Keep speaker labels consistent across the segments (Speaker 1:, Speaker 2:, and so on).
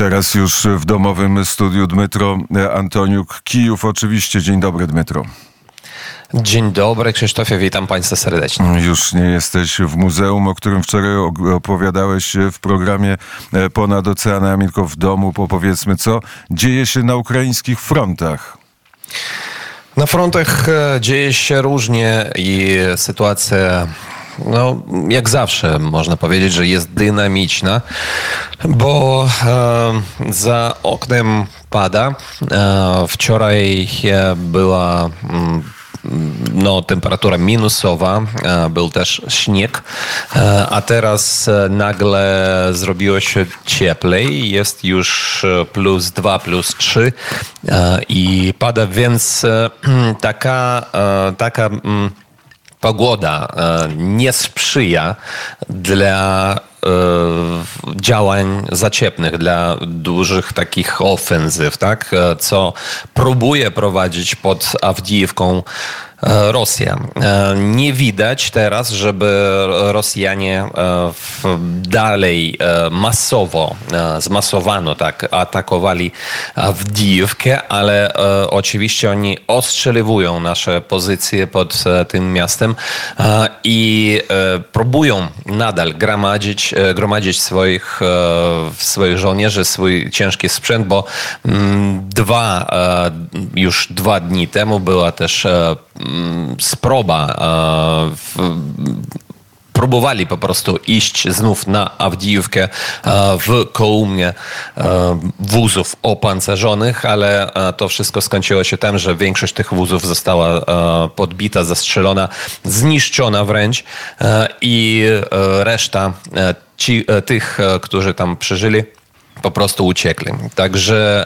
Speaker 1: Teraz już w domowym studiu Dmytro Antoniuk, Kijów. Oczywiście. Dzień dobry, Dmytro.
Speaker 2: Dzień dobry, Krzysztofie, witam Państwa serdecznie.
Speaker 1: Już nie jesteś w muzeum, o którym wczoraj opowiadałeś w programie Ponad oceanami, tylko w domu. Powiedzmy, co dzieje się na ukraińskich frontach?
Speaker 2: Na frontach dzieje się różnie i sytuacja, jak zawsze można powiedzieć, że jest dynamiczna, bo za oknem pada. Wczoraj była temperatura minusowa, był też śnieg, a teraz nagle zrobiło się cieplej, jest już +2, +3 i pada, więc taka pogoda nie sprzyja dla działań zaciepnych, dla dużych takich ofensyw, tak? Co próbuje prowadzić pod Awdijewką Rosja. Nie widać teraz, żeby Rosjanie dalej zmasowano atakowali Awdijewkę, ale oczywiście oni ostrzeliwują nasze pozycje pod tym miastem i próbują nadal gromadzić swoich żołnierzy, swój ciężki sprzęt, bo już 2 dni temu była też sproba. Próbowali po prostu iść znów na Awdijewkę w kolumnie wózów opancerzonych, ale to wszystko skończyło się tym, że większość tych wózów została podbita, zastrzelona, zniszczona wręcz i reszta tych, którzy tam przeżyli, po prostu uciekli. Także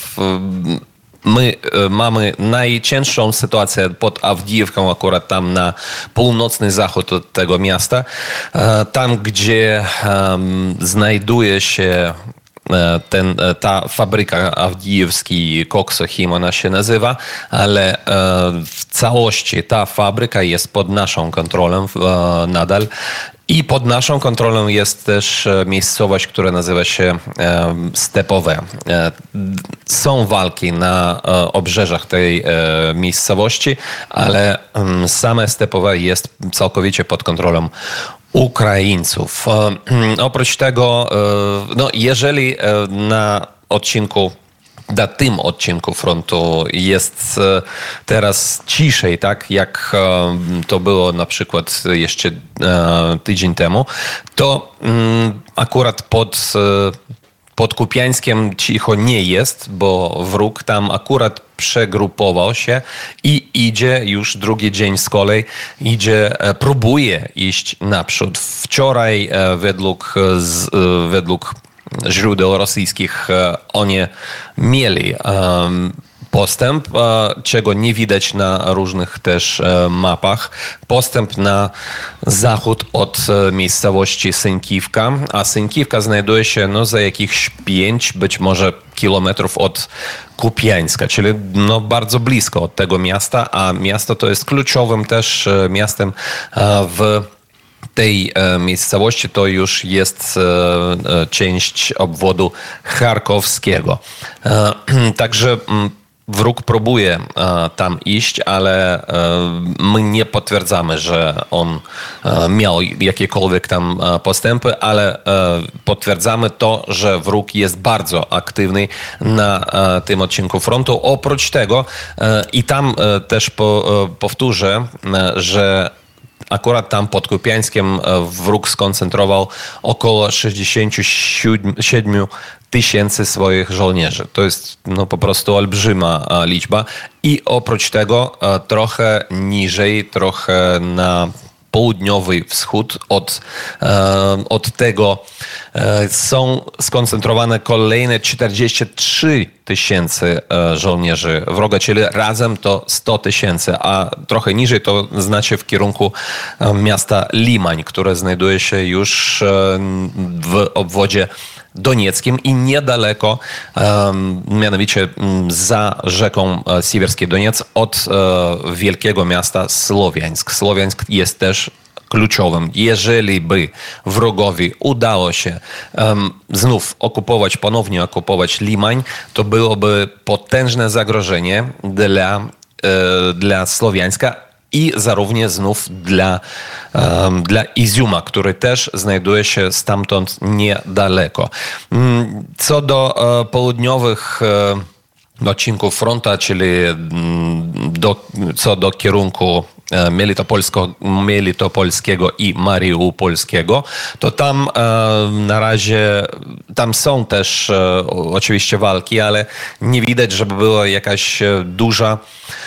Speaker 2: my mamy najcięższą sytuację pod Awdijewką, akurat tam na północny zachód od tego miasta. Tam, gdzie znajduje się ta fabryka Awdijewski Koksochim, ona się nazywa, ale w całości ta fabryka jest pod naszą kontrolą nadal. I pod naszą kontrolą jest też miejscowość, która nazywa się Stepowe. Są walki na obrzeżach tej miejscowości, ale same Stepowe jest całkowicie pod kontrolą Ukraińców. Oprócz tego, jeżeli na tym odcinku frontu jest teraz ciszej, tak jak to było na przykład jeszcze tydzień temu, to akurat pod Kupiańskiem cicho nie jest, bo wróg tam akurat przegrupował się i idzie już drugi dzień z kolei, próbuje iść naprzód. Wczoraj według źródeł rosyjskich oni mieli postęp, czego nie widać na różnych też mapach. Postęp na zachód od miejscowości Sękiwka, a Sękiwka znajduje się za jakichś 5, być może kilometrów od Kupiańska, czyli bardzo blisko od tego miasta, a miasto to jest kluczowym też miastem w tej miejscowości. To już jest część obwodu charkowskiego. Także wróg próbuje tam iść, ale my nie potwierdzamy, że on miał jakiekolwiek tam postępy, ale potwierdzamy to, że wróg jest bardzo aktywny na tym odcinku frontu. Oprócz tego i tam też powtórzę, że akurat tam pod Kupiańskiem wróg skoncentrował około 67 tysięcy swoich żołnierzy. To jest po prostu olbrzyma liczba. I oprócz tego trochę niżej, trochę na południowy wschód od tego są skoncentrowane kolejne 43 tysięcy żołnierzy wroga, czyli razem to 100 tysięcy, a trochę niżej to znaczy w kierunku miasta Limań, które znajduje się już w obwodzie donieckim i niedaleko, mianowicie za rzeką Siewierski Doniec od wielkiego miasta Słowiańsk. Słowiańsk jest też kluczowym. Jeżeli by wrogowi udało się znów ponownie okupować Limań, to byłoby potężne zagrożenie dla Słowiańska i zarówno znów dla Iziuma, który też znajduje się stamtąd niedaleko. Co do południowych odcinków fronta, czyli co do kierunku Melitopolskiego i Mariupolskiego, to tam na razie, tam są też oczywiście walki, ale nie widać, żeby była jakaś duża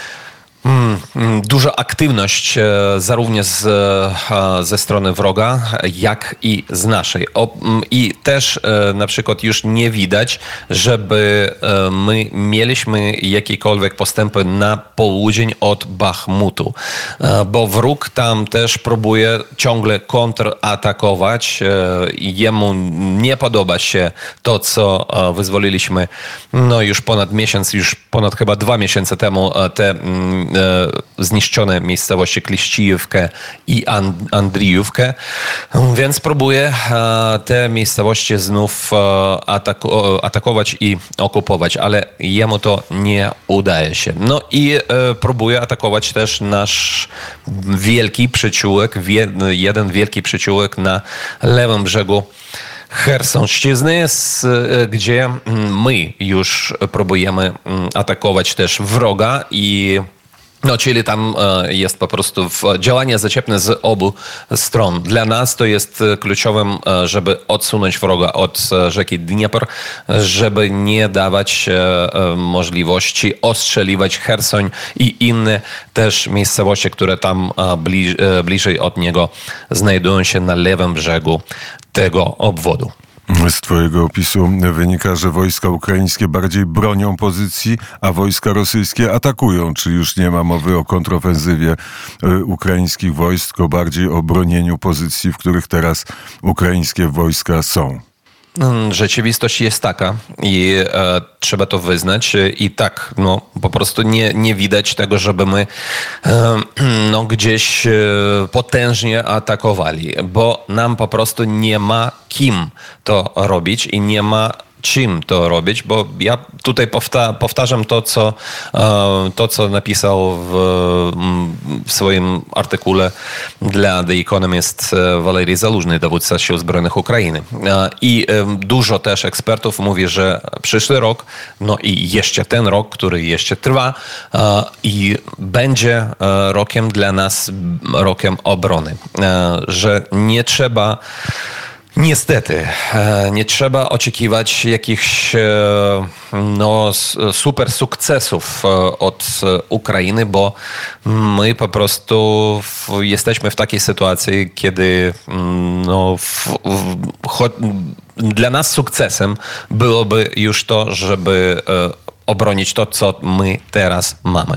Speaker 2: aktywność zarówno ze strony wroga, jak i z naszej. I też na przykład już nie widać, żeby my mieliśmy jakiekolwiek postępy na południe od Bachmutu, bo wróg tam też próbuje ciągle kontratakować. Jemu nie podoba się to, co wyzwoliliśmy już ponad miesiąc, już ponad chyba 2 miesiące temu, te zniszczone miejscowości Kliścijówkę i Andrijówkę, więc próbuje te miejscowości znów atakować i okupować, ale jemu to nie udaje się. No i próbuje atakować też nasz wielki przyciółek, jeden wielki przyciółek na lewym brzegu Chersonszczyzny, gdzie my już próbujemy atakować też wroga czyli tam jest po prostu działanie zaciepne z obu stron. Dla nas to jest kluczowym, żeby odsunąć wroga od rzeki Dniepr, żeby nie dawać możliwości ostrzeliwać Chersoń i inne też miejscowości, które tam bliżej od niego znajdują się na lewym brzegu tego obwodu.
Speaker 1: Z twojego opisu wynika, że wojska ukraińskie bardziej bronią pozycji, a wojska rosyjskie atakują. Czy już nie ma mowy o kontrofensywie ukraińskich wojsk, tylko bardziej o bronieniu pozycji, w których teraz ukraińskie wojska są?
Speaker 2: Rzeczywistość jest taka i trzeba to wyznać i tak, po prostu nie widać tego, żeby my gdzieś potężnie atakowali, bo nam po prostu nie ma kim to robić i nie ma czym to robić, bo ja tutaj powtarzam to, co napisał w swoim artykule dla The Economist Walerii Zalużny, dowódca Sił Zbrojnych Ukrainy. I dużo też ekspertów mówi, że przyszły rok, i jeszcze ten rok, który jeszcze trwa, i będzie rokiem dla nas, rokiem obrony. Że nie trzeba Niestety, nie trzeba oczekiwać jakichś super sukcesów od Ukrainy, bo my po prostu jesteśmy w takiej sytuacji, kiedy dla nas sukcesem byłoby już to, żeby obronić to, co my teraz mamy.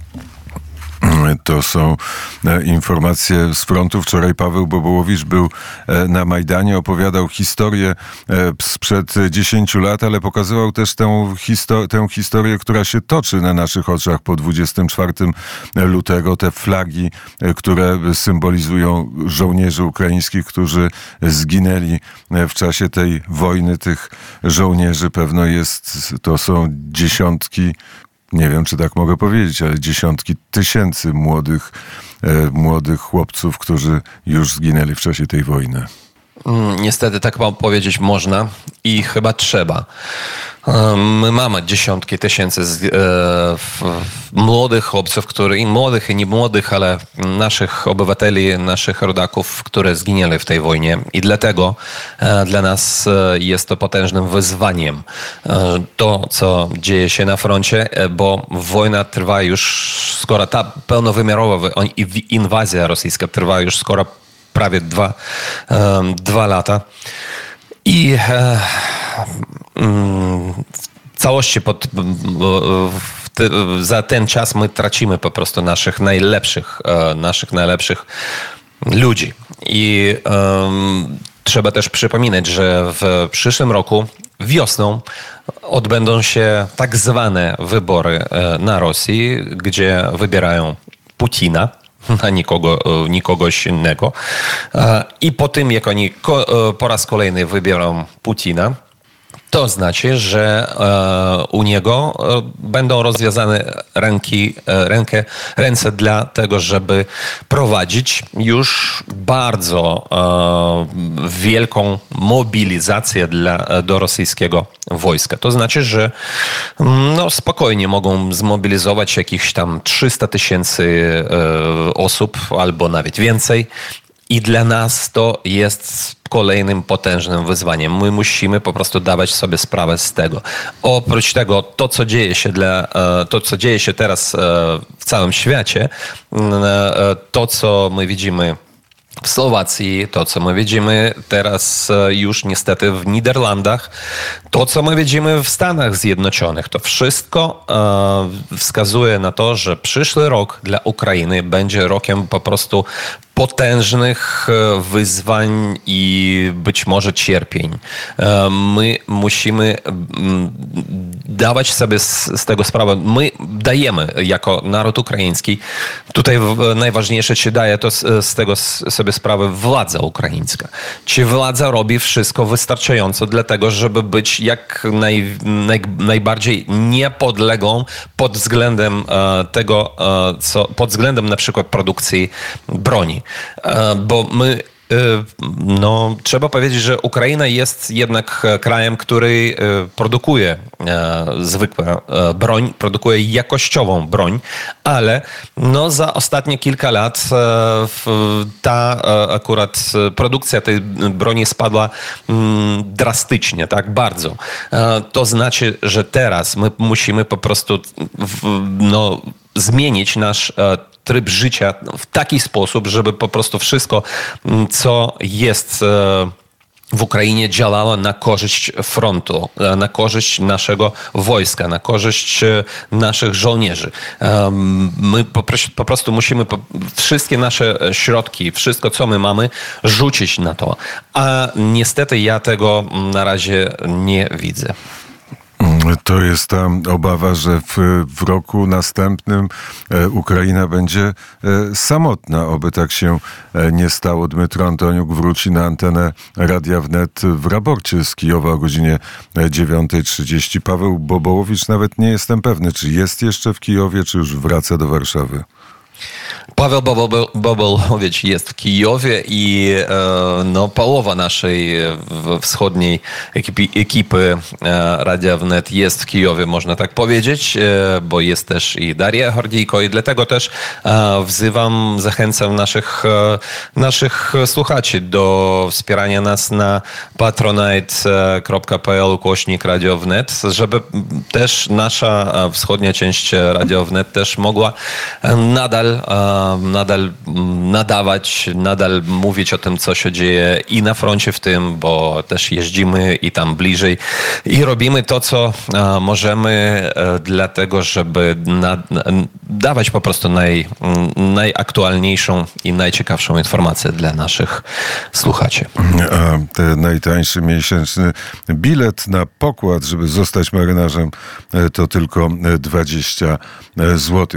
Speaker 1: To są informacje z frontu. Wczoraj Paweł Bobołowicz był na Majdanie, opowiadał historię sprzed 10 lat, ale pokazywał też tę historię, która się toczy na naszych oczach po 24 lutego. Te flagi, które symbolizują żołnierzy ukraińskich, którzy zginęli w czasie tej wojny. Tych żołnierzy pewno to są dziesiątki, nie wiem, czy tak mogę powiedzieć, ale dziesiątki tysięcy młodych chłopców, którzy już zginęli w czasie tej wojny.
Speaker 2: Niestety tak powiedzieć można i chyba trzeba. My mamy dziesiątki tysięcy młodych chłopców, młodych i nie młodych, ale naszych obywateli, naszych rodaków, które zginęli w tej wojnie. I dlatego dla nas jest to potężnym wyzwaniem. To, co dzieje się na froncie, bo wojna trwa już skoro, ta pełnowymiarowa inwazja rosyjska trwa już skoro prawie 2 lata. I w całości za ten czas my tracimy po prostu naszych najlepszych ludzi. I trzeba też przypominać, że w przyszłym roku wiosną odbędą się tak zwane wybory na Rosji, gdzie wybierają Putina. na nikogoś innego. I po tym, jak oni po raz kolejny wybiorą Putina, to znaczy, że u niego będą rozwiązane ręce dla tego, żeby prowadzić już bardzo wielką mobilizację do rosyjskiego wojska. To znaczy, że spokojnie mogą zmobilizować jakichś tam 300 000 osób albo nawet więcej. I dla nas to jest kolejnym potężnym wyzwaniem. My musimy po prostu dawać sobie sprawę z tego. Oprócz tego, to co dzieje się teraz w całym świecie, to co my widzimy w Słowacji, to co my widzimy teraz już niestety w Niderlandach, to co my widzimy w Stanach Zjednoczonych, to wszystko wskazuje na to, że przyszły rok dla Ukrainy będzie rokiem po prostu potężnych wyzwań i być może cierpień. My musimy dawać sobie z tego sprawę. My dajemy jako naród ukraiński. Tutaj najważniejsze, czy daje to z tego sobie sprawę władza ukraińska. Czy władza robi wszystko wystarczająco dla tego, żeby być jak najbardziej niepodległą pod względem tego, pod względem na przykład produkcji broni. Bo my, trzeba powiedzieć, że Ukraina jest jednak krajem, który produkuje zwykłą broń, produkuje jakościową broń, ale za ostatnie kilka lat akurat produkcja tej broni spadła drastycznie, tak bardzo. To znaczy, że teraz my musimy po prostu zmienić nasz tryb życia w taki sposób, żeby po prostu wszystko, co jest w Ukrainie, działało na korzyść frontu, na korzyść naszego wojska, na korzyść naszych żołnierzy. My po prostu musimy wszystkie nasze środki, wszystko, co my mamy, rzucić na to. A niestety ja tego na razie nie widzę.
Speaker 1: To jest ta obawa, że w roku następnym Ukraina będzie samotna. Oby tak się nie stało. Dmytro Antoniuk wróci na antenę Radia Wnet w raporcie z Kijowa o godzinie 9:30. Paweł Bobołowicz, nawet nie jestem pewny, czy jest jeszcze w Kijowie, czy już wraca do Warszawy.
Speaker 2: Paweł Bobołowicz jest w Kijowie i połowa naszej wschodniej ekipy Radia Wnet jest w Kijowie, można tak powiedzieć, bo jest też i Daria Hordyjko i dlatego też zachęcam naszych słuchaczy do wspierania nas na patronite.pl/Radio Wnet, żeby też nasza wschodnia część Radio Wnet też mogła nadal nadawać, nadal mówić o tym, co się dzieje i na froncie w tym, bo też jeździmy i tam bliżej i robimy to, co możemy, dlatego, żeby dawać po prostu najaktualniejszą i najciekawszą informację dla naszych słuchaczy.
Speaker 1: A ten najtańszy miesięczny bilet na pokład, żeby zostać marynarzem, to tylko 20 zł.